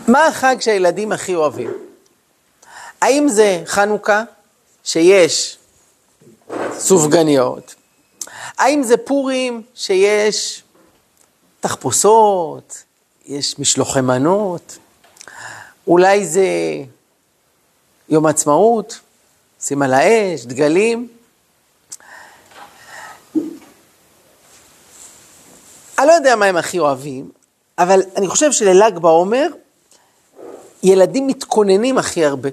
מה החג שהילדים הכי אוהבים? האם זה חנוכה, שיש סופגניות? האם זה פורים, שיש תחפושות, יש משלוחי מנות? אולי זה יום עצמאות, שים על האש, דגלים? אני לא יודע מה הם הכי אוהבים, אבל אני חושב שלל"ג בעומר, ילדים מתכוננים הכי הרבה.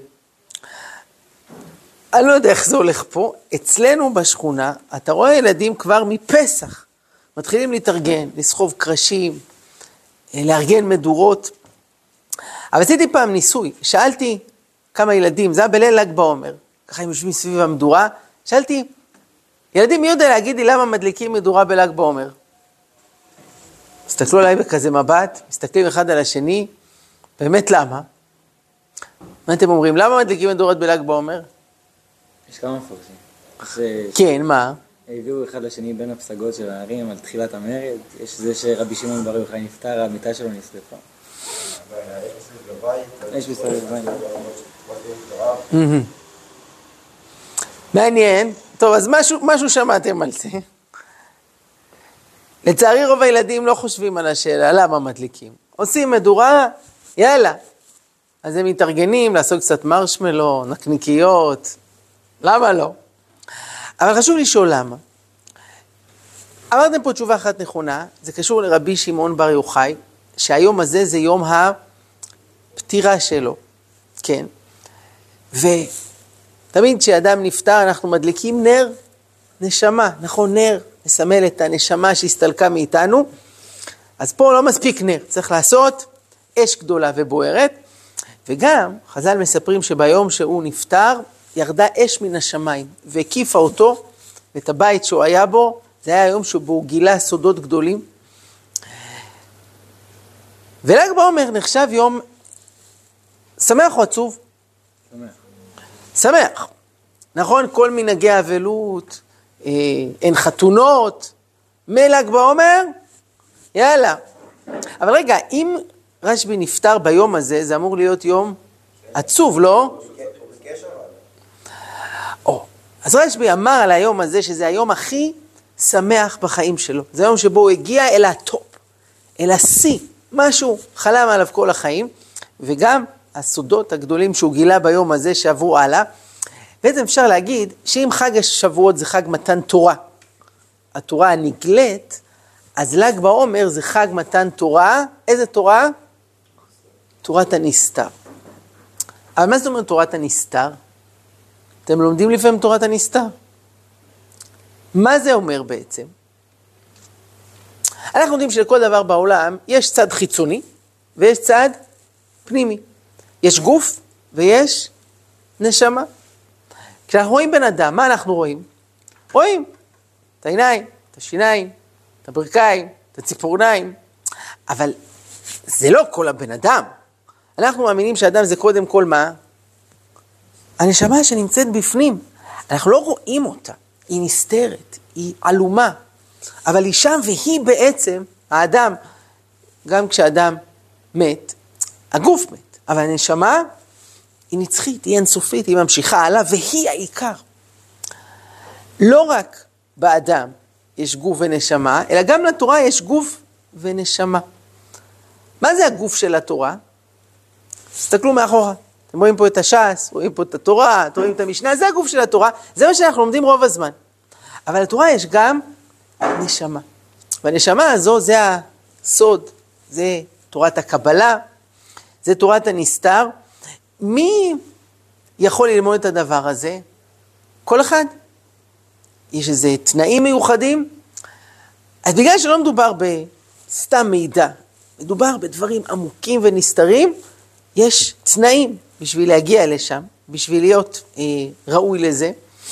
אני לא יודע איך זה הולך פה, אצלנו בשכונה, אתה רואה ילדים כבר מפסח, מתחילים להתארגן, לסחוב קרשים, לארגן מדורות. אבל עשיתי פעם ניסוי, שאלתי כמה ילדים, זה היה בליל ל"ג בעומר, ככה הם יושבים סביב המדורה, שאלתי, ילדים מי יודע להגיד לי למה מדליקים מדורה בל"ג בעומר? הסתכלו עליי בכזה מבט, מסתכלים אחד על השני, באמת למה? מה אתם אומרים? למה מדליקים מדורות בל"ג בעומר? יש כמה מפרשים. כן, מה? הביאו אחד לשני בין הפסגות של הערים על תחילת המרד. יש זה שרבי שמעון בר יוחאי נפטר, המיטה שלו נשרפה. יש מסביב בבית. מעניין. טוב, אז משהו שמעתם על זה. לצערי רוב הילדים לא חושבים על השאלה, למה מדליקים? עושים מדורה, יאללה. אז הם מתארגנים לעשות קצת מרשמלו, נקניקיות, למה לא? אבל חשוב לשאול למה. אמרתם פה תשובה אחת נכונה, זה קשור לרבי שמעון בר יוחאי, שהיום הזה זה יום הפטירה שלו, כן? ותמיד כשאדם נפטר אנחנו מדליקים נר נשמה, נכון? נר מסמל את הנשמה שהסתלקה מאיתנו, אז פה לא מספיק נר, צריך לעשות אש גדולה ובוערת, וגם חז"ל מספרים שביום שהוא נפטר, ירדה אש מן השמיים, והקיפה אותו, ואת הבית שהוא היה בו, זה היה היום שבו הוא גילה סודות גדולים. ול"ג בעומר נחשב יום שמח או עצוב? שמח. שמח. נכון? כל מנהגי האבלות, אין חתונות, מל"ג בעומר, יאללה. אבל רגע, אם רשב"י נפטר ביום הזה, זה אמור להיות יום עצוב, לא? אז רשב"י אמר על היום הזה שזה היום הכי שמח בחיים שלו. זה היום שבו הוא הגיע אל הטופ, אל השיא, משהו חלם עליו כל החיים, וגם הסודות הגדולים שהוא גילה ביום הזה שעברו הלאה. בעצם אפשר להגיד שאם חג השבועות זה חג מתן תורה, התורה הנגלית, אז ל"ג בעומר זה חג מתן תורה. איזה תורה? תורת הנסתר. אבל מה זאת אומרת תורת הנסתר? אתם לומדים לפעמים תורת הנסתר. מה זה אומר בעצם? אנחנו יודעים שלכל דבר בעולם יש צד חיצוני ויש צד פנימי. יש גוף ויש נשמה. כשאנחנו רואים בן אדם, מה אנחנו רואים? רואים את העיניים, את השיניים, את הברכיים, את הציפורניים. אבל זה לא כל הבן אדם. אנחנו מאמינים שהאדם זה קודם כל מה? הנשמה שנמצאת בפנים. אנחנו לא רואים אותה. היא נסתרת, היא עלומה. אבל היא שם והיא בעצם, האדם, גם כשאדם מת, הגוף מת. אבל הנשמה היא נצחית, היא אינסופית, היא ממשיכה הלאה, והיא העיקר. לא רק באדם יש גוף ונשמה, אלא גם לתורה יש גוף ונשמה. מה זה הגוף של התורה? תסתכלו מאחורה. אתם רואים פה את הש"ס, רואים פה את התורה, רואים את המשנה, זה הגוף של התורה, זה מה שאנחנו לומדים רוב הזמן. אבל לתורה יש גם נשמה. והנשמה הזו זה הסוד, זה תורת הקבלה, זה תורת הנסתר. מי יכול ללמוד את הדבר הזה? כל אחד. יש איזה תנאים מיוחדים. אז בגלל שלא מדובר בסתם מידע, מדובר בדברים עמוקים ונסתרים, יש תנאים בשביל להגיע לשם, בשביל להיות ראוי לזה.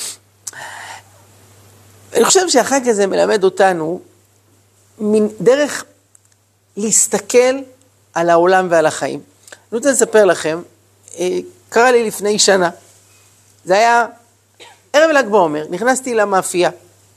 אני חושב שהחג הזה מלמד אותנו דרך להסתכל על העולם ועל החיים. אני רוצה לספר לכם, קרה לי לפני שנה. זה היה ערב ל"ג בעומר, נכנסתי למאפייה.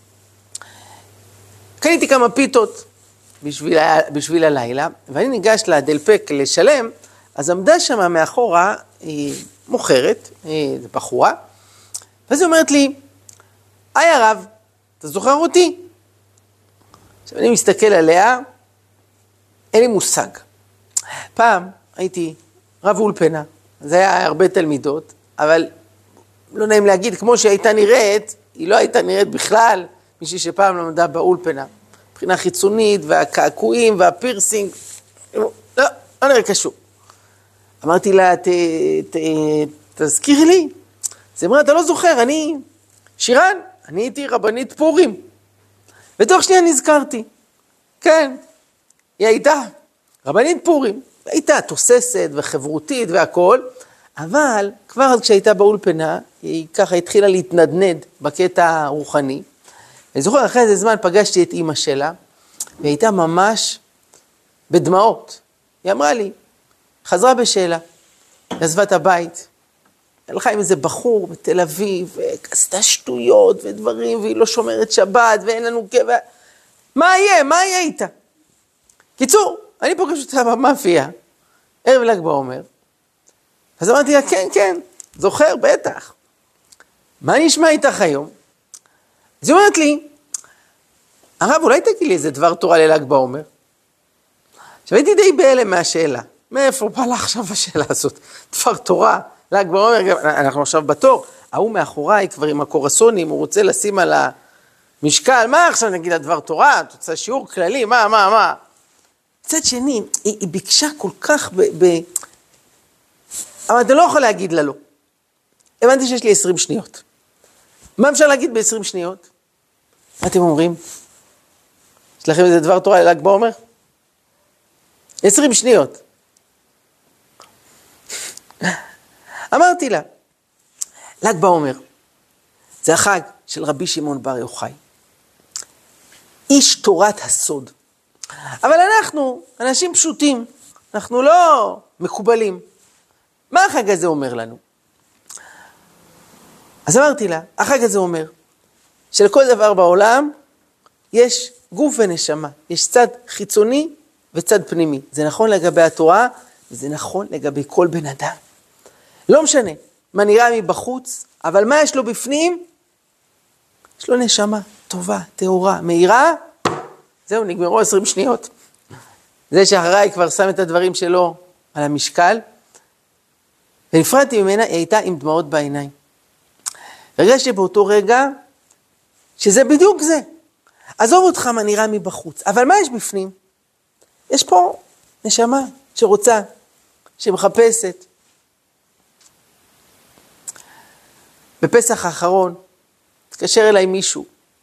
קניתי כמה פיתות בשביל הלילה, ואני ניגש לדלפק לשלם, אז עמדה שם מאחורה, מוכרת, זו בחורה, ואז היא אומרת לי, היי הרב, אתה זוכר אותי? עכשיו אני מסתכל עליה, אין לי מושג. פעם הייתי רב אולפנה, זה היה הרבה תלמידות, אבל לא נעים להגיד, כמו שהייתה נראית, היא לא הייתה נראית בכלל, מישהי שפעם למדה באולפנה. מבחינה חיצונית, והקעקועים, והפירסינג, לא נראה קשור. אמרתי לה, תזכירי לי. אז היא אמרה, אתה לא זוכר, אני שירן, אני הייתי רבנית פורים. ותוך שנייה נזכרתי. כן, היא הייתה רבנית פורים. הייתה תוססת וחברותית והכל, אבל כבר אז כשהייתה באולפנה, היא ככה התחילה להתנדנד בקטע הרוחני. אני זוכר, אחרי איזה זמן פגשתי את אמא שלה, והיא הייתה ממש בדמעות. היא אמרה לי, חזרה בשאלה, עזבה את הבית, הלכה עם איזה בחור בתל אביב, ועשתה שטויות ודברים, והיא לא שומרת שבת, ואין לנו קבע. מה יהיה איתה? קיצור, אני פוגש אותה במאפיה, ערב ל"ג בעומר, אז אמרתי לה, כן, זוכר, בטח. מה נשמע איתך היום? אז היא אומרת לי, הרב, אולי תגיד לי איזה דבר תורה לל"ג בעומר? עכשיו הייתי די בהלם מהשאלה. מאיפה בא לה עכשיו השאלה הזאת? דבר תורה, ל"ג בעומר, אנחנו עכשיו בתור. ההוא מאחוריי כבר עם הקורסונים, הוא רוצה לשים על המשקל. מה עכשיו נגיד הדבר תורה? אתה רוצה שיעור כללי? מה? מצד שני, היא ביקשה כל כך אבל אתה לא יכול להגיד לה לא. הבנתי שיש לי 20 שניות. מה אפשר להגיד ב-20 שניות? מה אתם אומרים? יש לכם איזה דבר תורה לל"ג בעומר? 20 שניות. אמרתי לה, ל"ג בעומר, זה החג של רבי שמעון בר יוחאי. איש תורת הסוד. אבל אנחנו, אנשים פשוטים, אנחנו לא מקובלים. מה החג הזה אומר לנו? אז אמרתי לה, החג הזה אומר, שלכל דבר בעולם יש גוף ונשמה, יש צד חיצוני וצד פנימי. זה נכון לגבי התורה, וזה נכון לגבי כל בן אדם. לא משנה מה נראה מבחוץ, אבל מה יש לו בפנים? יש לו נשמה טובה, טהורה, מהירה. זהו, נגמרו 20 שניות. זה שאחריי כבר שם את הדברים שלו על המשקל, ונפרדתי ממנה, היא הייתה עם דמעות בעיניים. הרגשתי באותו רגע שזה בדיוק זה. עזוב אותך מה נראה מבחוץ, אבל מה יש בפנים? יש פה נשמה שרוצה, שמחפשת. בפסח האחרון, התקשר אליי מישהו,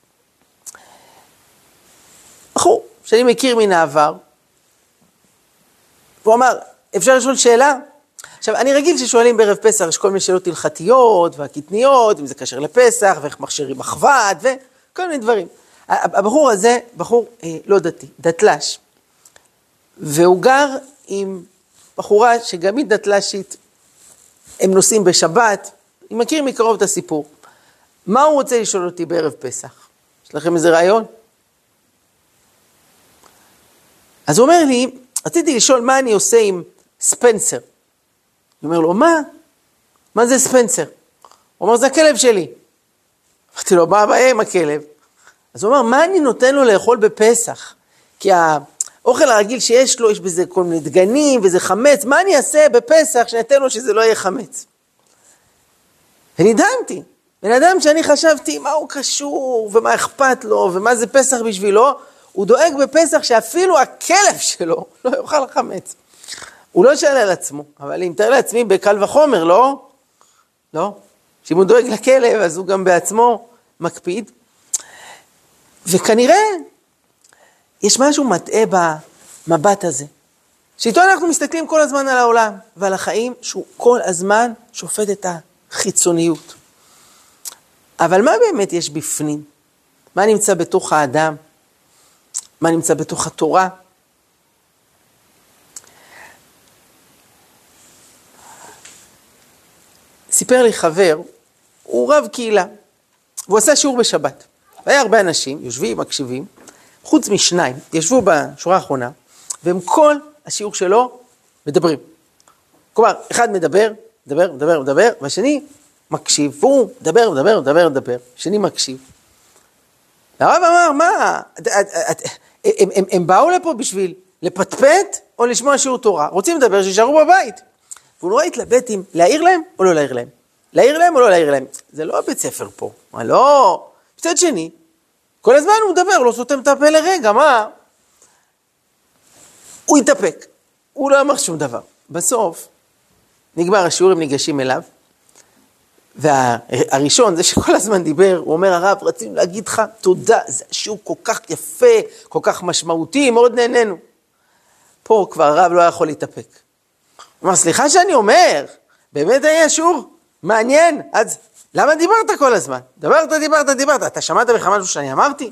בחור שאני מכיר מן העבר, והוא אמר, אפשר לשאול שאלה? עכשיו, אני רגיל ששואלים בערב פסח, יש כל מיני שאלות הלכתיות והקטניות, אם זה קשר לפסח, ואיך מכשירים מחבת, וכל מיני דברים. הבחור הזה, בחור לא דתי, דתל"ש, והוא גר עם בחורה שגם היא דתל"שית, הם נוסעים בשבת, אני מכיר מקרוב את הסיפור. מה הוא רוצה לשאול אותי בערב פסח? יש לכם איזה רעיון? אז הוא אומר לי, רציתי לשאול מה אני עושה עם ספנסר. אני אומר לו, מה זה ספנסר? הוא אומר, זה הכלב שלי. אמרתי לו, מה הבעיה עם הכלב? אז הוא אומר, מה אני נותן לו לאכול בפסח? כי האוכל הרגיל שיש לו, יש בזה כל מיני דגנים וזה חמץ, מה אני אעשה בפסח שנתן לו שזה לא יהיה חמץ? ונדהמתי. בן אדם שאני חשבתי מה הוא קשור ומה אכפת לו ומה זה פסח בשבילו, הוא דואג בפסח שאפילו הכלב שלו לא יאכל חמץ. הוא לא שאל על עצמו, אבל אם תאר לעצמי בקל וחומר, לא? לא. שאם הוא דואג לכלב, אז הוא גם בעצמו מקפיד. וכנראה יש משהו מטעה במבט הזה. שאיתו אנחנו מסתכלים כל הזמן על העולם ועל החיים, שהוא כל הזמן שופט את החיצוניות. אבל מה באמת יש בפנים? מה נמצא בתוך האדם? מה נמצא בתוך התורה? סיפר לי חבר, הוא רב קהילה, והוא עשה שיעור בשבת. והיה הרבה אנשים, יושבים, מקשיבים, חוץ משניים, ישבו בשורה האחרונה, והם כל השיעור שלו מדברים. כלומר, אחד מדבר, מדבר, והשני מקשיב, והוא מדבר, השני מקשיב. הרב אמר, מה? הם באו לפה בשביל לפטפט או לשמוע שיעור תורה? רוצים לדבר שישארו בבית. והוא נורא התלבט אם להעיר להם או לא להעיר להם. להעיר להם או לא להעיר להם. זה לא בית ספר פה. לא. מצד שני, כל הזמן הוא מדבר, לא סותם את הפה לרגע, מה? הוא התאפק. הוא לא אמר שום דבר. בסוף, נגמר השיעורים ניגשים אליו, והראשון, זה שכל הזמן דיבר, הוא אומר, הרב, רצינו להגיד לך, תודה, זה שיעור כל כך יפה, כל כך משמעותי, מאוד נהנינו. פה כבר הרב לא יכול להתאפק. הוא אומר, סליחה שאני אומר, באמת היה שיעור מעניין, אז למה דיברת כל הזמן? דיברת, אתה שמעת בכלל משהו שאני אמרתי?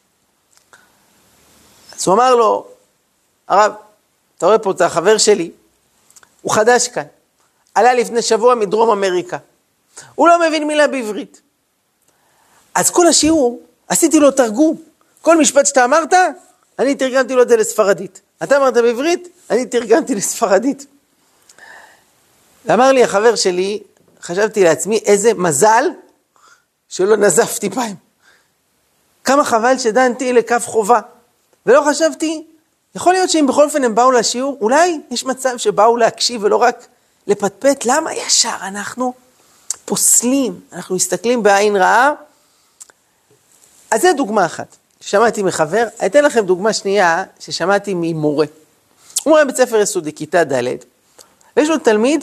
אז הוא אמר לו, הרב, אתה רואה פה את החבר שלי, הוא חדש כאן, עלה לפני שבוע מדרום אמריקה, הוא לא מבין מילה בעברית. אז כל השיעור, עשיתי לו תרגום. כל משפט שאתה אמרת, אני תרגמתי לו את זה לספרדית. אתה אמרת בעברית, אני תרגמתי לספרדית. ואמר לי החבר שלי, חשבתי לעצמי, איזה מזל שלא נזפתי בהם. כמה חבל שדנתי לכף חובה. ולא חשבתי, יכול להיות שאם בכל אופן הם באו לשיעור, אולי יש מצב שבאו להקשיב ולא רק לפטפט. למה ישר אנחנו פוסלים, אנחנו מסתכלים בעין רעה? אז זה דוגמה אחת ששמעתי מחבר. אתן לכם דוגמה שנייה ששמעתי ממורה. הוא מורה בית ספר יסודי, כיתה ד', ויש לו תלמיד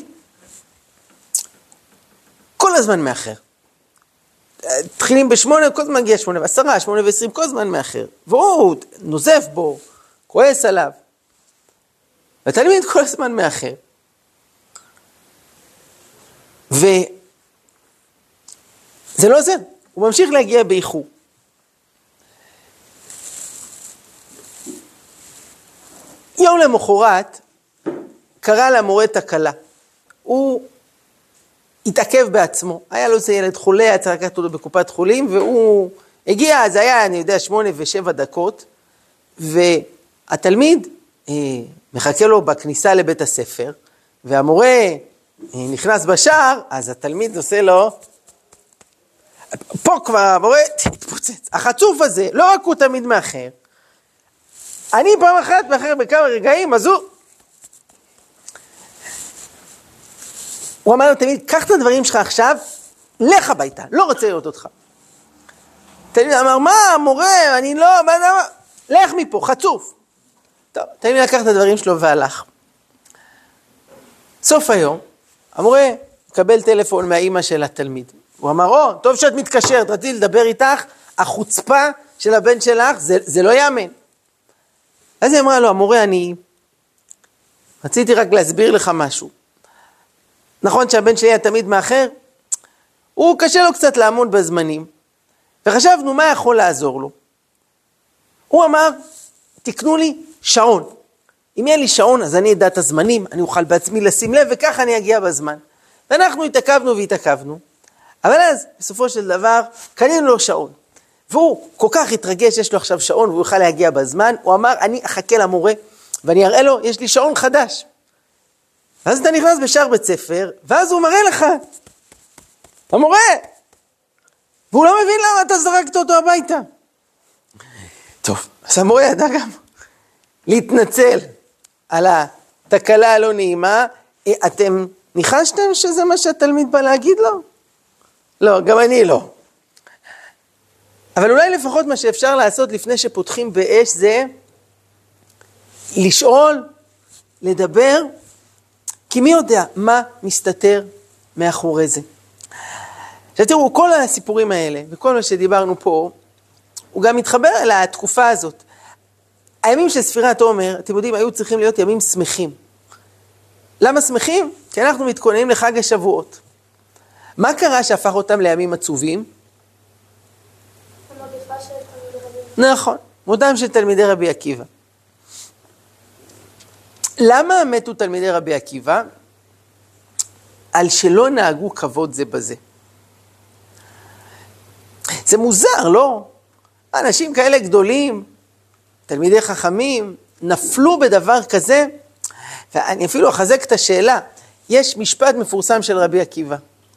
כל הזמן מאחר. תחילים ב8, כל הזמן מגיע 8:10, 8:20, כל הזמן מאחר. והוא נוזף בו, כועס עליו. והתלמיד כל הזמן מאחר. וזה לא עוזר, הוא ממשיך להגיע באיחור. יום למחרת קרא למורה תקלה. הוא התעכב בעצמו, היה לו איזה ילד חולה, היה צריך לקחת אותו בקופת חולים, והוא הגיע, זה היה, אני יודע, 8:07, והתלמיד מחכה לו בכניסה לבית הספר, והמורה נכנס בשער, אז התלמיד עושה לו, פה כבר המורה התפוצץ. החצוף הזה, לא רק הוא תמיד מאחר, אני פעם אחת מאחר בכמה רגעים, אז הוא אמר לו תמיד, קח את הדברים שלך עכשיו, לך הביתה, לא רוצה לראות אותך. תלמיד אמר, מה, מורה, אני לא, לך מפה, חצוף. טוב, תלמיד לקח את הדברים שלו והלך. סוף היום, המורה מקבל טלפון מהאימא של התלמיד. הוא אמר, טוב שאת מתקשרת, רציתי לדבר איתך, החוצפה של הבן שלך, זה לא יאמן. אז היא אמרה לו, המורה, אני רציתי רק להסביר לך משהו. נכון שהבן שלי היה תמיד מאחר, הוא קשה לו קצת לעמוד בזמנים, וחשבנו מה יכול לעזור לו. הוא אמר, תקנו לי שעון. אם יהיה לי שעון, אז אני אדע את הזמנים, אני אוכל בעצמי לשים לב, וככה אני אגיע בזמן. ואנחנו התעכבנו, אבל אז, בסופו של דבר, קנינו לו שעון. והוא כל כך התרגש, יש לו עכשיו שעון, והוא יוכל להגיע בזמן. הוא אמר, אני אחכה למורה, ואני אראה לו, יש לי שעון חדש. ואז אתה נכנס בשער בית ספר, ואז הוא מראה לך, המורה, והוא לא מבין למה אתה זרקת אותו הביתה. טוב, אז המורה ידע גם להתנצל על התקלה הלא נעימה. אתם ניחשתם שזה מה שהתלמיד בא להגיד לו? לא, גם אני לא. אבל אולי לפחות מה שאפשר לעשות לפני שפותחים באש זה לשאול, לדבר, כי מי יודע מה מסתתר מאחורי זה. עכשיו תראו, כל הסיפורים האלה וכל מה שדיברנו פה, הוא גם מתחבר אל התקופה הזאת. הימים של ספירת עומר, אתם יודעים, היו צריכים להיות ימים שמחים. למה שמחים? כי אנחנו מתכוננים לחג השבועות. מה קרה שהפך אותם לימים עצובים? המגפה של תלמידי רבי עקיבא. נכון, מותם של תלמידי רבי עקיבא. למה מתו תלמידי רבי עקיבא? על שלא נהגו כבוד זה בזה. זה מוזר, לא? אנשים כאלה גדולים, תלמידי חכמים, נפלו בדבר כזה, ואני אפילו אחזק את השאלה, יש משפט מפורסם של רבי עקיבא.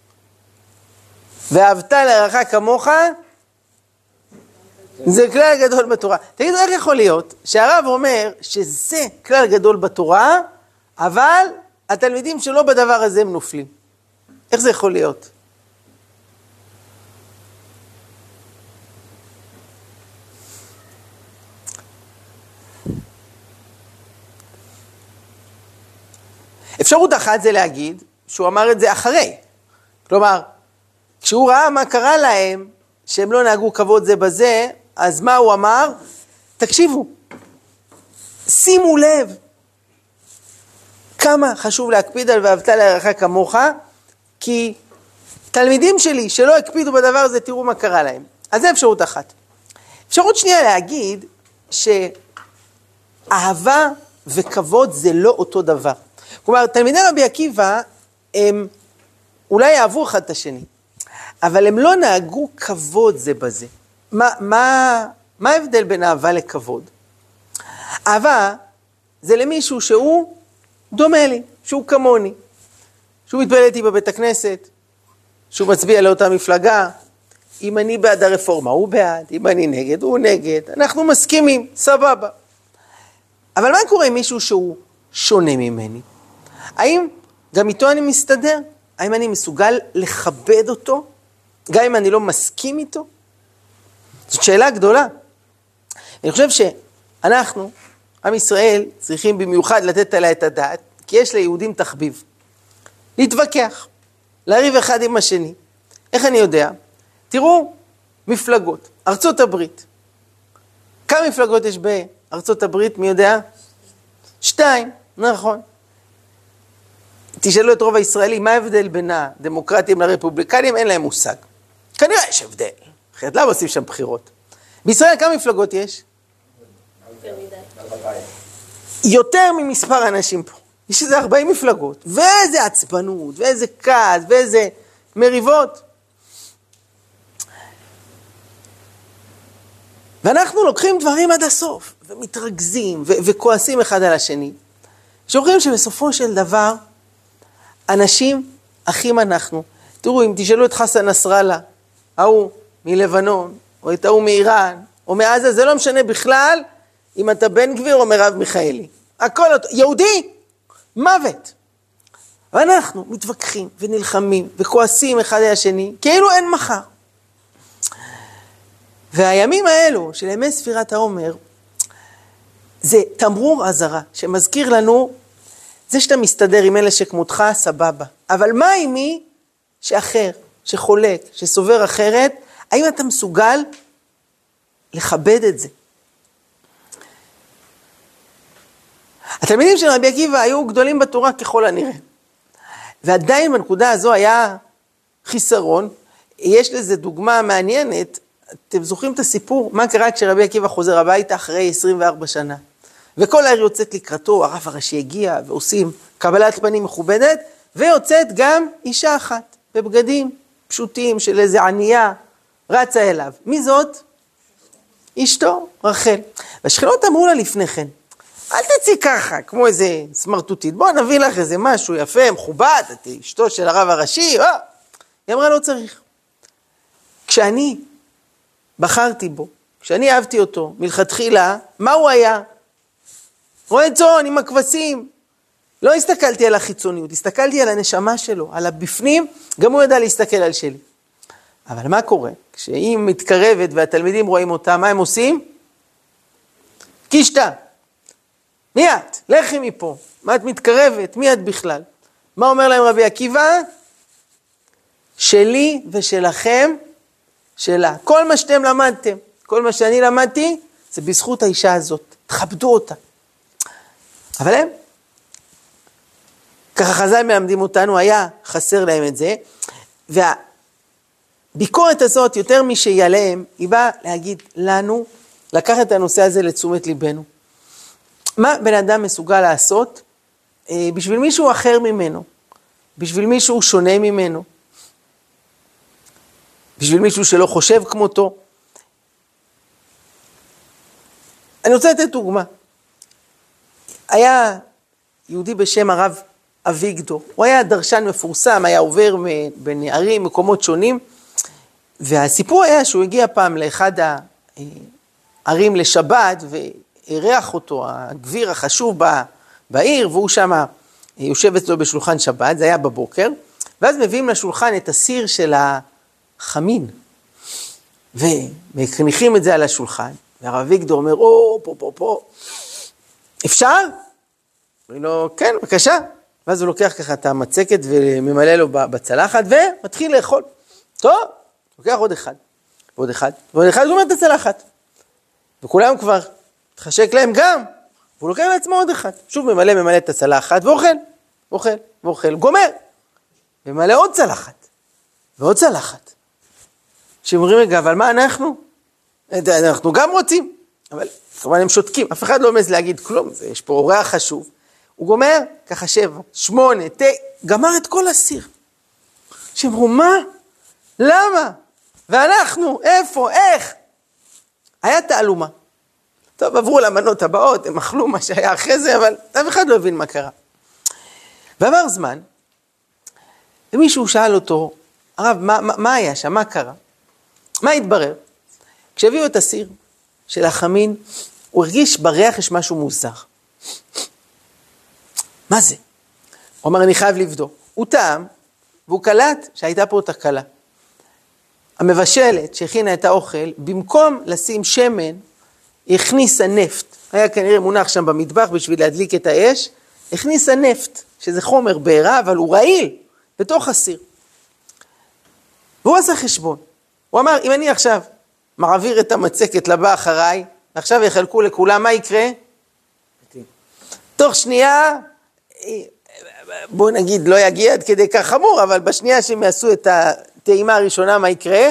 ואהבת לרעך כמוך, זה כלל גדול בתורה. תגידו, איך יכול להיות שהרב אומר שזה כלל גדול בתורה, אבל התלמידים שלא בדבר הזה הם נופלים? איך זה יכול להיות? אפשרות אחת זה להגיד שהוא אמר את זה אחרי. כלומר, כשהוא ראה מה קרה להם, שהם לא נהגו כבוד זה בזה, אז מה הוא אמר? תקשיבו, שימו לב, כמה חשוב להקפיד על ואהבת לרעך כמוך, כי תלמידים שלי שלא הקפידו בדבר הזה, תראו מה קרה להם. אז זה אפשרות אחת. אפשרות שנייה להגיד שאהבה וכבוד זה לא אותו דבר. כלומר, תלמידי רבי עקיבא הם אולי אהבו אחד את השני, אבל הם לא נהגו כבוד זה בזה. מה ההבדל בין אהבה לכבוד? אהבה זה למישהו שהוא דומה לי, שהוא כמוני, שהוא מתפלל איתי בבית הכנסת, שהוא מצביע לאותה מפלגה, אם אני בעד הרפורמה הוא בעד, אם אני נגד הוא נגד, אנחנו מסכימים, סבבה. אבל מה קורה עם מישהו שהוא שונה ממני? האם גם איתו אני מסתדר? האם אני מסוגל לכבד אותו, גם אם אני לא מסכים איתו? זאת שאלה גדולה. אני חושב שאנחנו, עם ישראל, צריכים במיוחד לתת עליה את הדעת, כי יש ליהודים תחביב. להתווכח, לריב אחד עם השני. איך אני יודע? תראו, מפלגות. ארצות הברית. כמה מפלגות יש בארצות הברית, מי יודע? 2, נכון. תשאלו את רוב הישראלים, מה ההבדל בין הדמוקרטים לרפובליקנים? אין להם מושג. כנראה יש הבדל. אחרת, למה עושים שם בחירות? בישראל כמה מפלגות יש? יותר ממספר אנשים פה. יש איזה 40 מפלגות. ואיזה עצבנות, ואיזה כעס, ואיזה מריבות. ואנחנו לוקחים דברים עד הסוף, ומתרגזים, וכועסים אחד על השני. שוכרים שבסופו של דבר, אנשים אחים אנחנו. תראו, אם תשאלו את חסן נסראללה, ההוא מלבנון, או את ההוא מאיראן, או מעזה, זה לא משנה בכלל אם אתה בן גביר או מרב מיכאלי. הכל אותו, יהודי, מוות. ואנחנו מתווכחים ונלחמים וכועסים אחד על השני, כאילו אין מחר. והימים האלו של ימי ספירת העומר, זה תמרור אזהרה שמזכיר לנו, זה שאתה מסתדר עם אלה שכמותך, סבבה. אבל מה עם מי שאחר, שחולק, שסובר אחרת, האם אתה מסוגל לכבד את זה? התלמידים של רבי עקיבא היו גדולים בתורה ככל הנראה. ועדיין בנקודה הזו היה חיסרון. יש לזה דוגמה מעניינת. אתם זוכרים את הסיפור? מה קרה כשרבי עקיבא חוזר הביתה אחרי 24 שנה? וכל העיר יוצאת לקראתו, הרב הראשי הגיע ועושים קבלת פנים מכובדת, ויוצאת גם אישה אחת בבגדים פשוטים של איזה ענייה, רצה אליו. מי זאת? אשתו, רחל. והשכנות אמרו לה לפני כן, אל תצאי ככה, כמו איזה סמרטוטית, בוא נביא לך איזה משהו יפה, מכובד, את אשתו של הרב הראשי, היא אמרה לא צריך. כשאני בחרתי בו, כשאני אהבתי אותו, מלכתחילה, מה הוא היה? רואה צאן עם הכבשים. לא הסתכלתי על החיצוניות, הסתכלתי על הנשמה שלו, על הבפנים, גם הוא ידע להסתכל על שלי. אבל מה קורה? כשהיא מתקרבת והתלמידים רואים אותה, מה הם עושים? קישתה. מי את? לכי מפה. מה את מתקרבת? מי את בכלל? מה אומר להם רבי עקיבא? שלי ושלכם, שלה. כל מה שאתם למדתם, כל מה שאני למדתי, זה בזכות האישה הזאת. תכבדו אותה. אבל הם, ככה חז"ל מלמדים אותנו, היה חסר להם את זה, והביקורת הזאת, יותר משהיא עליהם, היא באה להגיד לנו, לקחת את הנושא הזה לתשומת ליבנו. מה בן אדם מסוגל לעשות בשביל מישהו אחר ממנו, בשביל מישהו שונה ממנו, בשביל מישהו שלא חושב כמותו. אני רוצה לתת דוגמה. היה יהודי בשם הרב אביגדור. הוא היה דרשן מפורסם, היה עובר בין ערים, מקומות שונים, והסיפור היה שהוא הגיע פעם לאחד הערים לשבת, והריח אותו, הגביר החשוב בעיר, והוא שם יושב אצלו בשולחן שבת, זה היה בבוקר, ואז מביאים לשולחן את הסיר של החמין, ומקניחים את זה על השולחן, והרב אביגדור אומר, פה, אפשר? אומר לו, כן, בבקשה. ואז הוא לוקח ככה את המצקת וממלא לו בצלחת, ומתחיל לאכול. טוב, לוקח עוד אחד, ועוד אחד, גומר את הצלחת. וכולם כבר התחשק להם גם, והוא לוקח לעצמו עוד אחד. שוב ממלא את הצלחת, ואוכל, גומר. וממלא עוד צלחת, ועוד צלחת. שאומרים רגע, אבל מה אנחנו? אנחנו גם רוצים, אבל כמובן הם שותקים, אף אחד לא עומד להגיד כלום, יש פה אורח חשוב. הוא גומר, ככה 7, 8, גמר את כל הסיר. שאמרו, מה? למה? ואנחנו, איפה, איך? היה תעלומה. טוב, עברו למנות הבאות, הם אכלו מה שהיה אחרי זה, אבל אף אחד לא הבין מה קרה. ועבר זמן, ומישהו שאל אותו, הרב, מה היה שם? מה קרה? מה התברר? כשהביאו את הסיר של החמין, הוא הרגיש בריח יש משהו מוזר. מה זה? הוא אמר, אני חייב לבדוק. הוא טעם, והוא קלט שהייתה פה תקלה. המבשלת שהכינה את האוכל, במקום לשים שמן, הכניסה נפט. היה כנראה מונח שם במטבח בשביל להדליק את האש, הכניסה נפט, שזה חומר בעירה, אבל הוא רעיל, בתוך הסיר. והוא עשה חשבון. הוא אמר, אם אני עכשיו מעביר את המצקת לבא אחריי, ועכשיו יחלקו לכולם, מה יקרה? תוך שנייה, בוא נגיד, לא יגיע עד כדי כך חמור, אבל בשנייה שהם יעשו את הטעימה הראשונה, מה יקרה?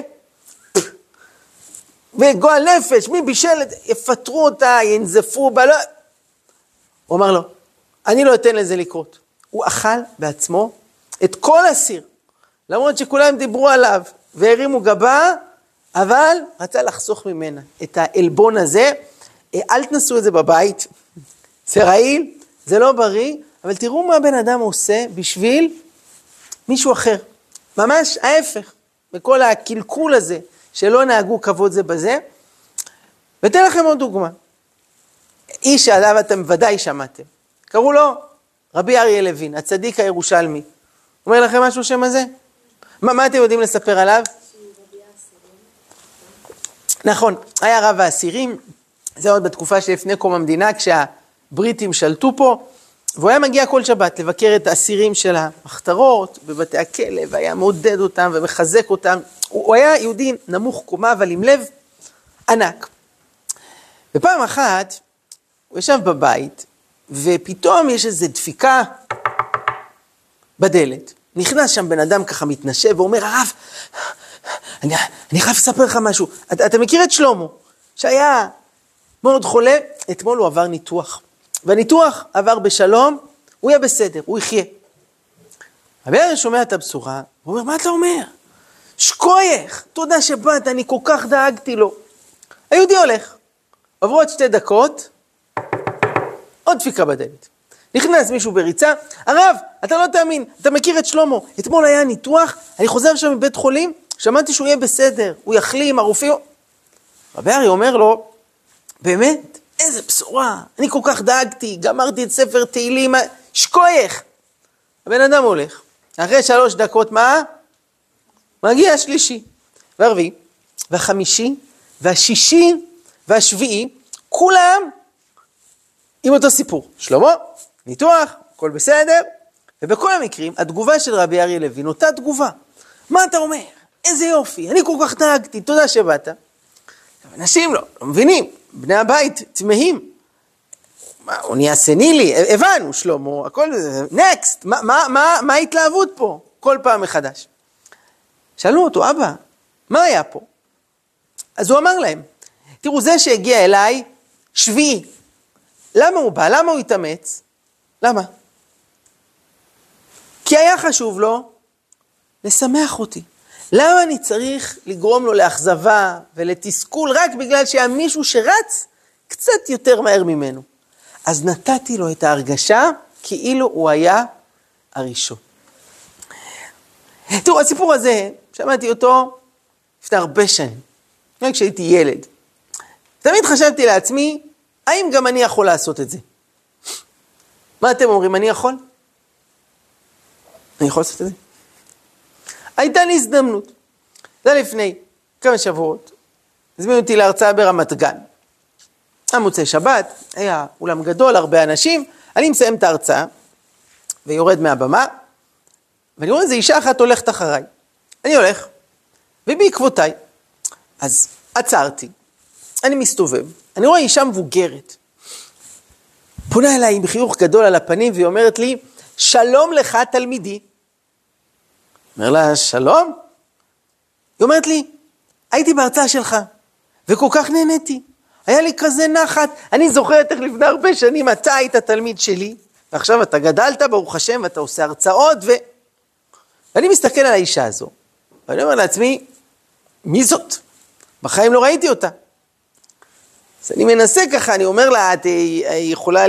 וגועל נפש, מי בישל, יפטרו אותה, ינזפו בה, לא. הוא אמר לו, אני לא אתן לזה לקרות. הוא אכל בעצמו את כל הסיר, למרות שכולם דיברו עליו, והרימו גבה, אבל רצה לחסוך ממנה את האלבון הזה. אל תנסו את זה בבית, זה רעיל, זה לא בריא, אבל תראו מה בן אדם עושה בשביל מישהו אחר. ממש ההפך, בכל הקלקול הזה, שלא נהגו כבוד זה בזה. ותן לכם עוד דוגמה. איש שעליו אתם ודאי שמעתם. קראו לו רבי אריה לוין, הצדיק הירושלמי. אומר לכם משהו שם הזה? מה אתם יודעים לספר עליו? נכון, היה רב האסירים, זה עוד בתקופה שלפני קום המדינה, כשהבריטים שלטו פה, והוא היה מגיע כל שבת לבקר את האסירים של המחתרות בבתי הכלא, והיה מעודד אותם ומחזק אותם. הוא היה יהודי נמוך קומה, אבל עם לב ענק. ופעם אחת, הוא ישב בבית, ופתאום יש איזו דפיקה בדלת. נכנס שם בן אדם ככה מתנשב, ואומר, הרב, אני חייב לספר לך משהו. אתה מכיר את שלמה, שהיה מאוד חולה, אתמול הוא עבר ניתוח. והניתוח עבר בשלום, הוא יהיה בסדר, הוא יחיה. רבי אריה שומע את הבשורה, הוא אומר, מה אתה אומר? שקוייך, תודה שבאת, אני כל כך דאגתי לו. היהודי הולך, עברו עוד 2 דקות, עוד דפיקה בדלת. נכנס מישהו בריצה, הרב, אתה לא תאמין, אתה מכיר את שלמה, אתמול היה ניתוח, אני חוזר שם מבית חולים, שמעתי שהוא יהיה בסדר, הוא יחלים, הרופאים. רבי אריה אומר לו, באמת? איזה בשורה, אני כל כך דאגתי, גמרתי את ספר תהילים, שקוייך. הבן אדם הולך, אחרי 3 דקות מה? מגיע השלישי, והרביעי, והחמישי, והשישי, והשביעי, כולם עם אותו סיפור. שלמה, ניתוח, הכל בסדר, ובכל המקרים, התגובה של רבי אריה לוין, אותה תגובה. מה אתה אומר? איזה יופי, אני כל כך דאגתי, תודה שבאת. אנשים לא מבינים, בני הבית תמהים. הוא נהיה סנילי, הבנו שלמה, הכל, נקסט, מה ההתלהבות פה? כל פעם מחדש. שאלו אותו, אבא, מה היה פה? אז הוא אמר להם, תראו, זה שהגיע אליי, שביעי. למה הוא בא? למה הוא התאמץ? למה? כי היה חשוב לו לשמח אותי. למה אני צריך לגרום לו לאכזבה ולתסכול רק בגלל שהיה מישהו שרץ קצת יותר מהר ממנו? אז נתתי לו את ההרגשה כאילו הוא היה הראשון. תראו, הסיפור הזה, שמעתי אותו לפני הרבה שנים, רק כשהייתי ילד. תמיד חשבתי לעצמי, האם גם אני יכול לעשות את זה? מה אתם אומרים, אני יכול? אני יכול לעשות את זה? הייתה לי הזדמנות. זה לפני כמה שבועות. הזמינו אותי להרצאה ברמת גן. המוצאי שבת, היה אולם גדול, הרבה אנשים. אני מסיים את ההרצאה, ויורד מהבמה, ואני רואה איזו אישה אחת הולכת אחריי. אני הולך, ובעקבותיי. אז עצרתי, אני מסתובב, אני רואה אישה מבוגרת. פונה אליי עם חיוך גדול על הפנים, והיא אומרת לי, שלום לך תלמידי. אומר לה, שלום? היא אומרת לי, הייתי בהרצאה שלך, וכל כך נהניתי. היה לי כזה נחת, אני זוכרת איך לפני הרבה שנים, אתה היית תלמיד שלי, ועכשיו אתה גדלת, ברוך השם, ואתה עושה הרצאות, ואני מסתכל על האישה הזו, ואני אומר לעצמי, מי זאת? בחיים לא ראיתי אותה. אז אני מנסה ככה, אני אומר לה, את יכולה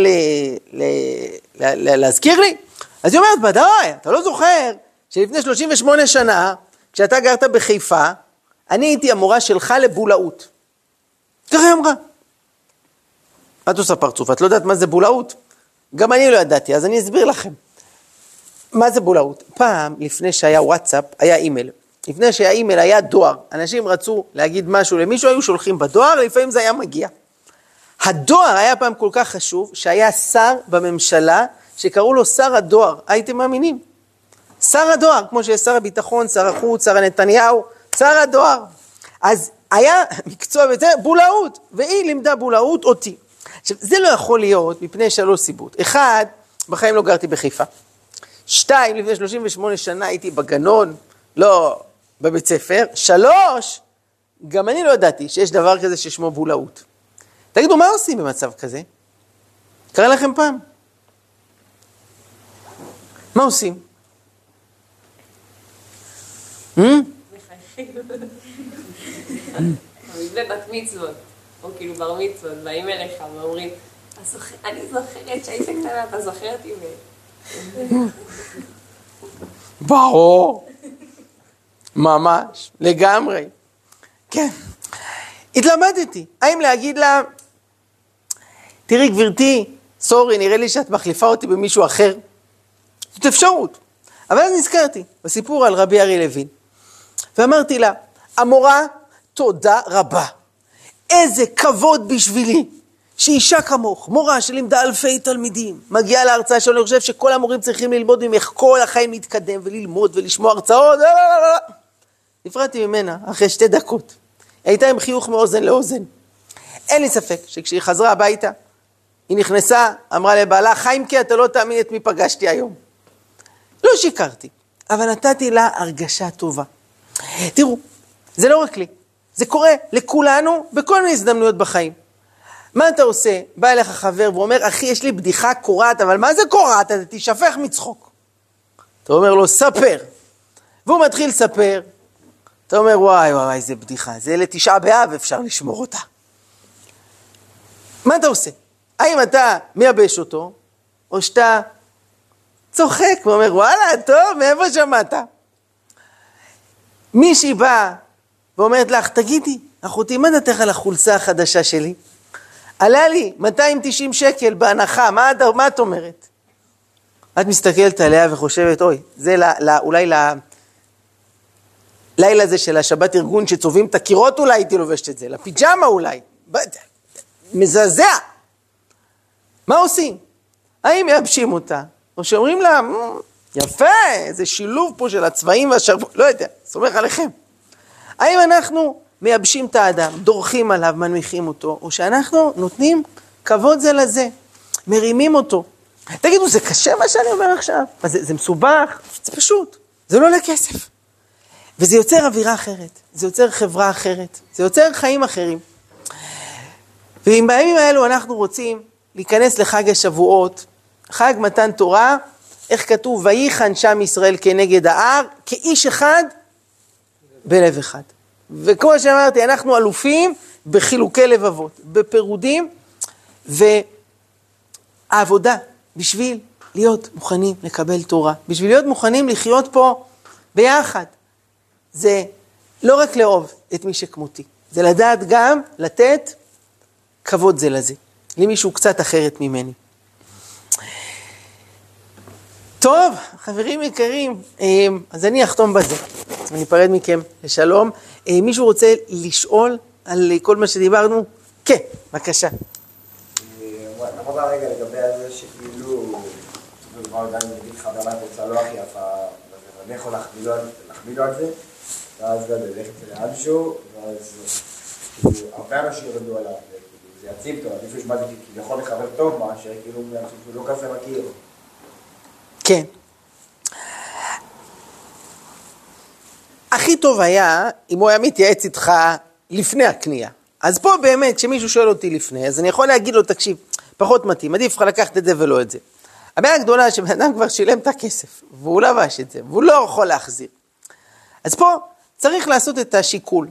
להזכיר לי? אז היא אומרת, בוודאי, אתה לא זוכר שלפני 38 שנה, כשאתה גרת בחיפה, אני הייתי המורה שלך לבולאות. ככה היא אמרה. את עושה פרצוף, את לא יודעת מה זה בולאות? גם אני לא ידעתי, אז אני אסביר לכם. מה זה בולאות? פעם, לפני שהיה וואטסאפ, היה אימייל. לפני שהיה אימייל, היה דואר. אנשים רצו להגיד משהו למישהו, היו שולחים בדואר, לפעמים זה היה מגיע. הדואר היה פעם כל כך חשוב, שהיה שר בממשלה, שקראו לו שר הדואר. הייתם מאמינים? שר הדואר, כמו שיש שר הביטחון, שר החוץ, שר הנתניהו, שר הדואר. אז היה מקצוע בזה, בולאות, והיא לימדה בולאות אותי. עכשיו, זה לא יכול להיות מפני 3 סיבות. 1, בחיים לא גרתי בחיפה. 2, לפני 38 שנה הייתי בגנון, לא בבית ספר. 3, גם אני לא ידעתי שיש דבר כזה ששמו בולאות. תגידו, מה עושים במצב כזה? קרא לכם פעם? מה עושים? בבת מצוות, או כאילו בר מצוות, באים אליך ואומרים, אני זוכרת שהיית קטנה, אתה זוכרת עם... ברור, ממש, לגמרי. כן, התלמדתי, האם להגיד לה, תראי גברתי, סורי, נראה לי שאת מחליפה אותי במישהו אחר. זאת אפשרות. אבל אז נזכרתי בסיפור על רבי ארי לוין, ואמרתי לה, המורה, תודה רבה. איזה כבוד בשבילי, שאישה כמוך, מורה שלימדה אלפי תלמידים, מגיעה להרצאה שלו, אני חושב שכל המורים צריכים ללמוד ממך כל החיים להתקדם וללמוד ולשמוע הרצאות. נפרדתי ממנה אחרי 2 דקות. היא הייתה עם חיוך מאוזן לאוזן. אין לי ספק שכשהיא חזרה הביתה, היא נכנסה, אמרה לבעלה, חיימקה, אתה לא תאמין את מי פגשתי היום. לא שיקרתי, אבל נתתי לה הרגשה טובה. תראו, זה לא רק לי, זה קורה לכולנו בכל מיני הזדמנויות בחיים. מה אתה עושה? בא אליך חבר ואומר, אחי, יש לי בדיחה קורעת, אבל מה זה קורעת? אתה תשפך מצחוק. אתה אומר לו, ספר. והוא מתחיל לספר. אתה אומר, וואי, וואי, איזה בדיחה. זה ל9 באב, אפשר לשמור אותה. מה אתה עושה? האם אתה מייבש אותו, או שאתה צוחק ואומר, וואלה, טוב, מאיפה שמעת? מישהי באה ואומרת לך, תגידי, אחותי, מה דעתך על החולצה החדשה שלי? עלה לי 290 שקל בהנחה, מה את אומרת? את מסתכלת עליה וחושבת, אוי, זה אולי לילה זה של השבת ארגון שצובעים את הקירות, אולי הייתי לובשת את זה, לפיג'מה אולי. מזעזע. מה עושים? האם מייבשים אותה? או שאומרים לה, יפה, איזה שילוב פה של הצבעים והשרבון, לא יודע, סומך עליכם. האם אנחנו מייבשים את האדם, דורכים עליו, מנמיכים אותו, או שאנחנו נותנים כבוד זה לזה, מרימים אותו. תגידו, זה קשה מה שאני אומר עכשיו? זה מסובך? זה פשוט, זה לא עולה כסף. וזה יוצר אווירה אחרת, זה יוצר חברה אחרת, זה יוצר חיים אחרים. ואם בימים האלו אנחנו רוצים להיכנס לחג השבועות, חג מתן תורה, איך כתוב, ויחן שם ישראל כנגד ההר, כאיש אחד, בלב אחד. וכמו שאמרתי, אנחנו אלופים בחילוקי לבבות, בפירודים, והעבודה בשביל להיות מוכנים לקבל תורה, בשביל להיות מוכנים לחיות פה ביחד. זה לא רק לאהוב את מי שכמותי, זה לדעת גם לתת כבוד זה לזה, למישהו קצת אחרת ממני. טוב, חברים יקרים, אז אני אחתום בזה. אני אפרד מכם לשלום. מישהו רוצה לשאול על כל מה שדיברנו? כן, בבקשה. אמרת רגע לגבי זה שכאילו, דבר גם אם נגיד חבר לך רוצה לא הכי יפה, ואני יכול להחמיא לו על זה, ואז גם ללכת לאנשהו, ואז הרבה אנשים ירדו עליו, זה יציב טוב, עדיף לשמע זה כביכול לחבר טוב, מה שכאילו אנשים שהוא לא כזה מכיר. כן. הכי טוב היה אם הוא היה מתייעץ איתך לפני הקנייה. אז פה באמת, כשמישהו שואל אותי לפני, אז אני יכול להגיד לו, תקשיב, פחות מתאים, עדיף לך לקחת את זה ולא את זה. הבעיה הגדולה שבן אדם כבר שילם את הכסף, והוא לבש את זה, והוא לא יכול להחזיר. אז פה צריך לעשות את השיקול.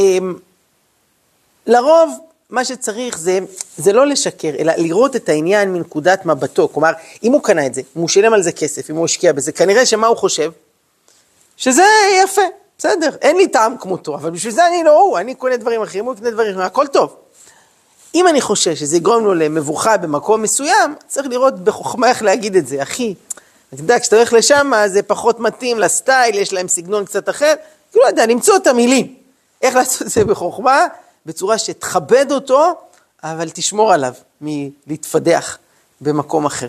לרוב, מה שצריך זה לא לשקר, אלא לראות את העניין מנקודת מבטו. כלומר, אם הוא קנה את זה, אם הוא שילם על זה כסף, אם הוא השקיע בזה, כנראה שמה הוא חושב? שזה יפה, בסדר, אין לי טעם כמותו, אבל בשביל זה אני לא הוא, אני קונה דברים אחרים, הוא קונה דברים אחרים, הכל טוב. אם אני חושב שזה יגרום לו למבוכה במקום מסוים, צריך לראות בחוכמה איך להגיד את זה. אחי, אתה יודע, כשאתה הולך לשם, זה פחות מתאים לסטייל, יש להם סגנון קצת אחר, כאילו, לא יודע, למצוא את המילים. איך לעשות את זה בחוכמה? בצורה שתכבד אותו, אבל תשמור עליו מלהתפדח במקום אחר.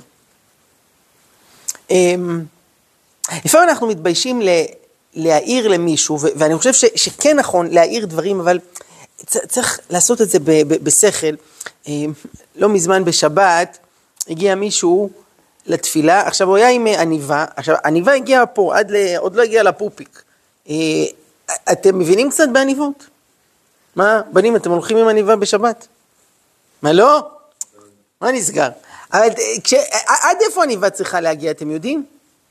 לפעמים אנחנו מתביישים להעיר למישהו, ואני חושב שכן נכון להעיר דברים, אבל צריך לעשות את זה בשכל. לא מזמן בשבת הגיע מישהו לתפילה, עכשיו הוא היה עם עניבה, עכשיו עניבה הגיעה פה, עוד לא הגיעה לפופיק. אתם מבינים קצת בעניבות? מה, בנים, אתם הולכים עם עניבה בשבת? מה לא? מה נסגר? אבל עד איפה עניבה צריכה להגיע, אתם יודעים?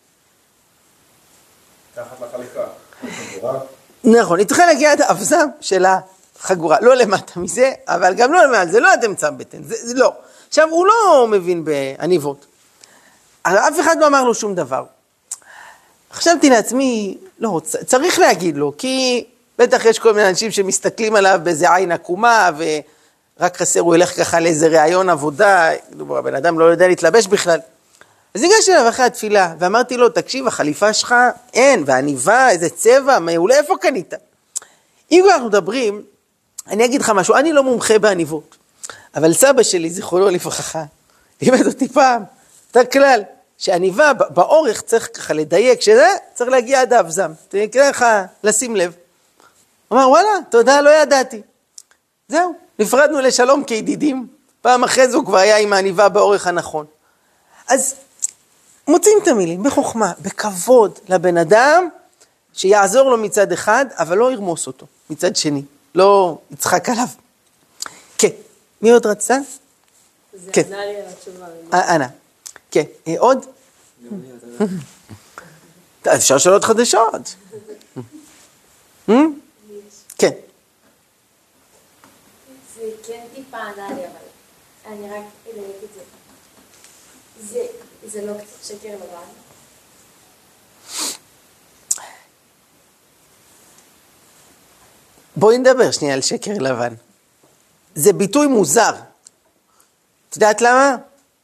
תחת לחליקה. נכון, היא צריכה להגיע עד האבזם של החגורה, לא למטה מזה, אבל גם לא למעלה, זה לא אתם צם בטן, זה לא. עכשיו, הוא לא מבין בעניבות. אף אחד לא אמר לו שום דבר. חשבתי לעצמי, לא, צריך להגיד לו, כי בטח יש כל מיני אנשים שמסתכלים עליו באיזה עין עקומה, ורק חסר הוא ילך ככה לאיזה ראיון עבודה, הבן אדם לא יודע להתלבש בכלל. אז ניגשתי אליו אחרי התפילה, ואמרתי לו, תקשיב, החליפה שלך אין, והעניבה, איזה צבע, מעולה, איפה קנית? אם אנחנו מדברים, אני אגיד לך משהו, אני לא מומחה בעניבות, אבל סבא שלי, זיכרונו לברכה, לימד אותי פעם, את הכלל, שעניבה באורך צריך ככה לדייק, שזה צריך להגיע עד האבזם, תקרא לך לשים לב. הוא אמר, וואלה, תודה, לא ידעתי. זהו, נפרדנו לשלום כידידים, פעם אחרי זה הוא כבר היה עם העניבה באורך הנכון. אז מוצאים את המילים בחוכמה, בכבוד לבן אדם, שיעזור לו מצד אחד, אבל לא ירמוס אותו מצד שני, לא יצחק עליו. כן, מי עוד רצה? זה כן. ענה לי על התשובה. אנא, כן, עוד? אפשר שאלות חדשות. כן. זה כן טיפה ענה לי, אבל אני רק אדייק את זה. זה לא קצת שקר לבן. בואי נדבר שנייה על שקר לבן. זה ביטוי מוזר. את יודעת למה?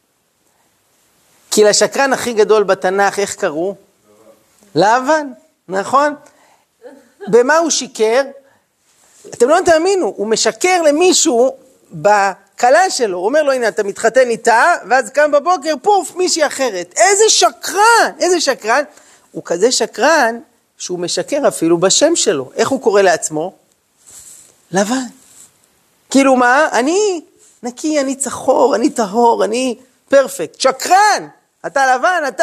כי לשקרן הכי גדול בתנ"ך, איך קראו? לבן, נכון? במה הוא שיקר? אתם לא תאמינו, הוא משקר למישהו בקלה שלו, הוא אומר לו, הנה אתה מתחתן איתה, ואז קם בבוקר, פוף, מישהי אחרת. איזה שקרן, איזה שקרן. הוא כזה שקרן, שהוא משקר אפילו בשם שלו. איך הוא קורא לעצמו? לבן. כאילו מה? אני נקי, אני צחור, אני טהור, אני פרפקט. שקרן! אתה לבן, אתה...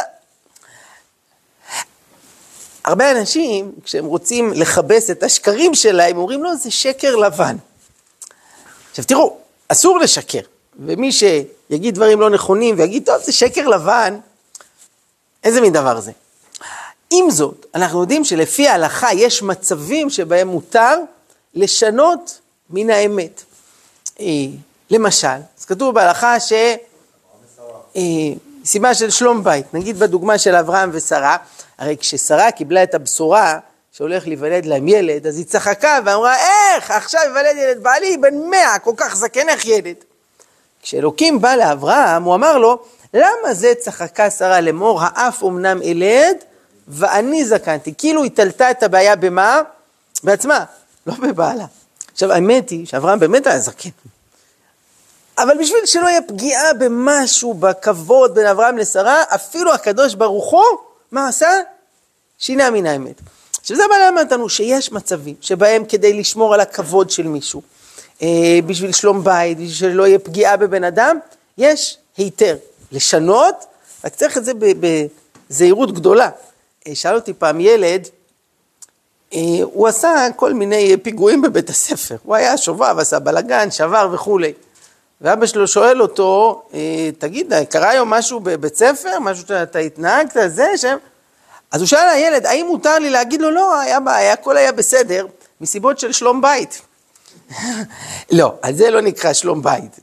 הרבה אנשים, כשהם רוצים לחבש את השקרים שלהם, אומרים לו, זה שקר לבן. עכשיו תראו, אסור לשקר. ומי שיגיד דברים לא נכונים ויגיד, טוב, זה שקר לבן, איזה מין דבר זה? עם זאת, אנחנו יודעים שלפי ההלכה יש מצבים שבהם מותר לשנות מן האמת. למשל, אז כתוב בהלכה סיבה של שלום בית. נגיד בדוגמה של אברהם ושרה, הרי כששרה קיבלה את הבשורה שהולך להיוולד להם ילד, אז היא צחקה ואמרה, איך, עכשיו ייוולד ילד בעלי, בן 100, כל כך זקן, איך ילד? כשאלוקים בא לאברהם, הוא אמר לו, למה זה צחקה שרה לאמור, האף אמנם ילד, ואני זקנתי. כאילו היא תלתה את הבעיה במה? בעצמה, לא בבעלה. עכשיו, האמת היא שאברהם באמת היה זקן. אבל בשביל שלא יהיה פגיעה במשהו, בכבוד בין אברהם לשרה, אפילו הקדוש ברוך הוא, מה עשה? שינה מן האמת. עכשיו זה בא ללמד אותנו שיש מצבים שבהם כדי לשמור על הכבוד של מישהו, בשביל שלום בית, בשביל שלא יהיה פגיעה בבן אדם, יש היתר לשנות, רק צריך את זה בזהירות גדולה. שאל אותי פעם ילד, הוא עשה כל מיני פיגועים בבית הספר, הוא היה שובב, עשה בלגן, שבר וכו'. ואבא שלו שואל אותו, תגיד, קרה היום משהו בבית ספר, משהו שאתה התנהגת, זה שם? אז הוא שאל הילד, האם מותר לי להגיד לו, לא, היה בעיה, הכל היה בסדר, מסיבות של שלום בית. לא, על זה לא נקרא שלום בית.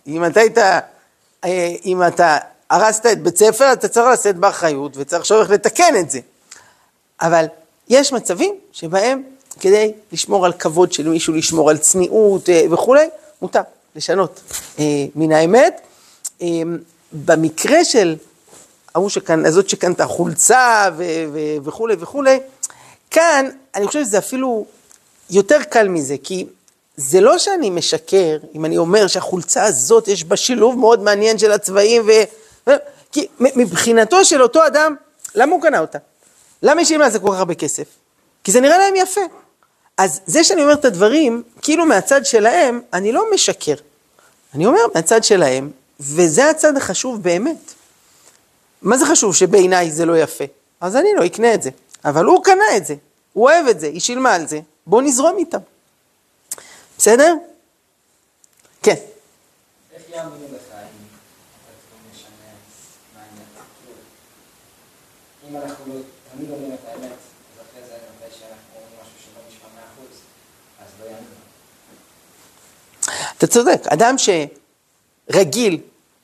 אם אתה הרסת את בית ספר, אתה צריך לשאת באחריות, וצריך שורך לתקן את זה. אבל יש מצבים שבהם, כדי לשמור על כבוד של מישהו, לשמור על צניעות וכו', מותר לשנות מן האמת. במקרה של הזאת שקנתה חולצה וכו' וכו', כאן אני חושב שזה אפילו יותר קל מזה, כי זה לא שאני משקר, אם אני אומר שהחולצה הזאת יש בה שילוב מאוד מעניין של הצבעים, כי מבחינתו של אותו אדם, למה הוא קנה אותה? למה יש לה זה כל כך הרבה כסף? כי זה נראה להם יפה. אז זה שאני אומר את הדברים, כאילו מהצד שלהם, אני לא משקר. אני אומר מהצד שלהם, וזה הצד החשוב באמת. מה זה חשוב שבעיניי זה לא יפה? אז אני לא אקנה את זה. אבל הוא קנה את זה, הוא אוהב את זה, היא שילמה על זה, בוא נזרום איתם. בסדר? כן. איך יאמינו לך אם אתה משנה מה האמת? אם אנחנו תמיד אומרים את האמת, אז אחרי זה מתי שאנחנו אומרים משהו שלא נשמע 100%, אז לא יאמינו. אתה צודק, אדם שרגיל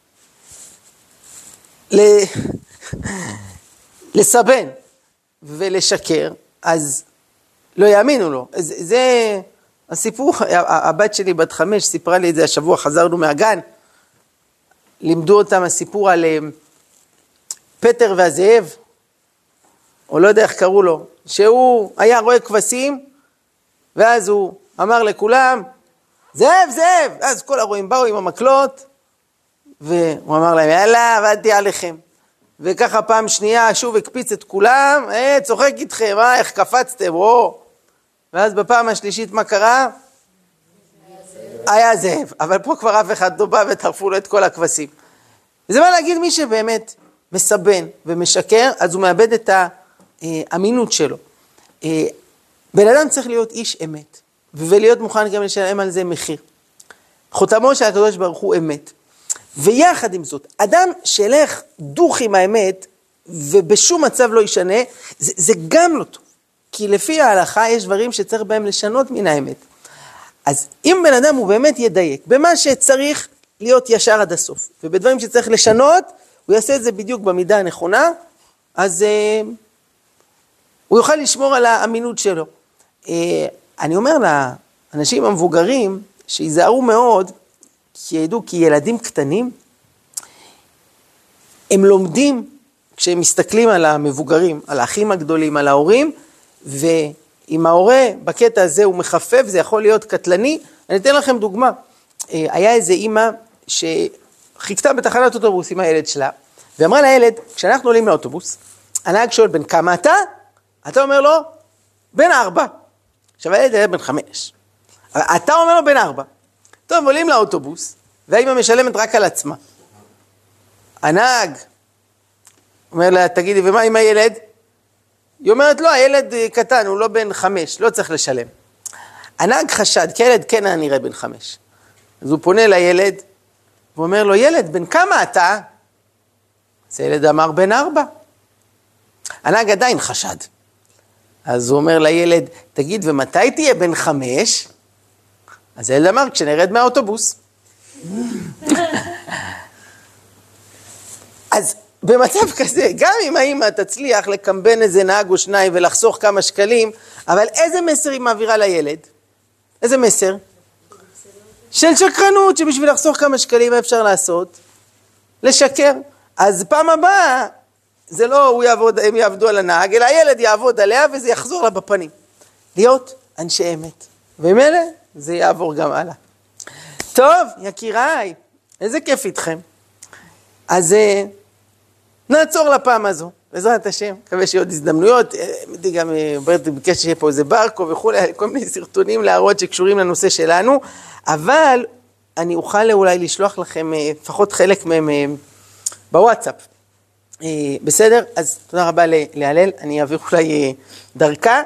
לסבן ולשקר, אז לא יאמינו לו. זה הסיפור, הבת שלי בת 5 סיפרה לי את זה השבוע, חזרנו מהגן, לימדו אותם הסיפור על פטר והזאב, או לא יודע איך קראו לו, שהוא היה רואה כבשים, ואז הוא אמר לכולם, זאב, זאב, אז כל הרועים באו עם המקלות, והוא אמר להם, יאללה, עבדתי עליכם. וככה פעם שנייה, שוב הקפיץ את כולם, צוחק איתכם, איך קפצתם, ואז בפעם השלישית מה קרה? היה זאב, אבל פה כבר אף אחד לא בא וטרפו לו את כל הכבשים. וזה מה להגיד, מי שבאמת מסבן ומשקר, אז הוא מאבד את האמינות שלו. בן אדם צריך להיות איש אמת, ולהיות מוכן גם לשלם על זה מחיר. חותמו של הקדוש ברוך הוא אמת. ויחד עם זאת, אדם שילך דוך עם האמת, ובשום מצב לא ישנה, זה גם לא טוב. כי לפי ההלכה יש דברים שצריך בהם לשנות מן האמת. אז אם בן אדם הוא באמת ידייק, במה שצריך להיות ישר עד הסוף, ובדברים שצריך לשנות, הוא יעשה את זה בדיוק במידה הנכונה, אז הוא יוכל לשמור על האמינות שלו. אני אומר לאנשים המבוגרים, שיזהרו מאוד, כי ידעו, כי ילדים קטנים, הם לומדים, כשהם מסתכלים על המבוגרים, על האחים הגדולים, על ההורים, ואם ההורה בקטע הזה הוא מחפף, זה יכול להיות קטלני. אני אתן לכם דוגמה. היה איזה אמא שחיכתה בתחנת אוטובוס עם הילד שלה, ואמרה לילד, כשאנחנו עולים לאוטובוס, הנהג שואל בן כמה אתה? אתה אומר לו, בן 4. עכשיו הילד היה בן 5. אתה אומר לו בן 4. טוב, עולים לאוטובוס, והאמא משלמת רק על עצמה. הנהג אומר לה, תגידי, ומה עם הילד? היא אומרת, לא, הילד קטן, הוא לא בן 5, לא צריך לשלם. הנהג חשד, כי הילד כן היה נראה בן 5. אז הוא פונה לילד, והוא אומר לו, ילד, בן כמה אתה? אז הילד אמר, בן 4. הנהג עדיין חשד. אז הוא אומר לילד, תגיד, ומתי תהיה בן 5? אז הילד אמר, כשנרד מהאוטובוס. אז במצב כזה, גם אם האמא תצליח לקמבן איזה נהג או שניים ולחסוך כמה שקלים, אבל איזה מסר היא מעבירה לילד? איזה מסר? של שקרנות, שבשביל לחסוך כמה שקלים אפשר לעשות? לשקר. אז פעם הבאה, זה לא הם יעבדו על הנהג, אלא הילד יעבוד עליה וזה יחזור לה בפנים. להיות אנשי אמת. ומילא זה יעבור גם הלאה. טוב, יקיריי, איזה כיף איתכם. אז נעצור לפעם הזו, בעזרת השם, מקווה שיהיו עוד הזדמנויות, גם ברט ביקש שיהיה פה איזה ברקו וכו', כל מיני סרטונים להראות שקשורים לנושא שלנו, אבל אני אוכל אולי לשלוח לכם לפחות חלק מהם בוואטסאפ. בסדר? אז תודה רבה להלל, אני אעביר אולי דרכה.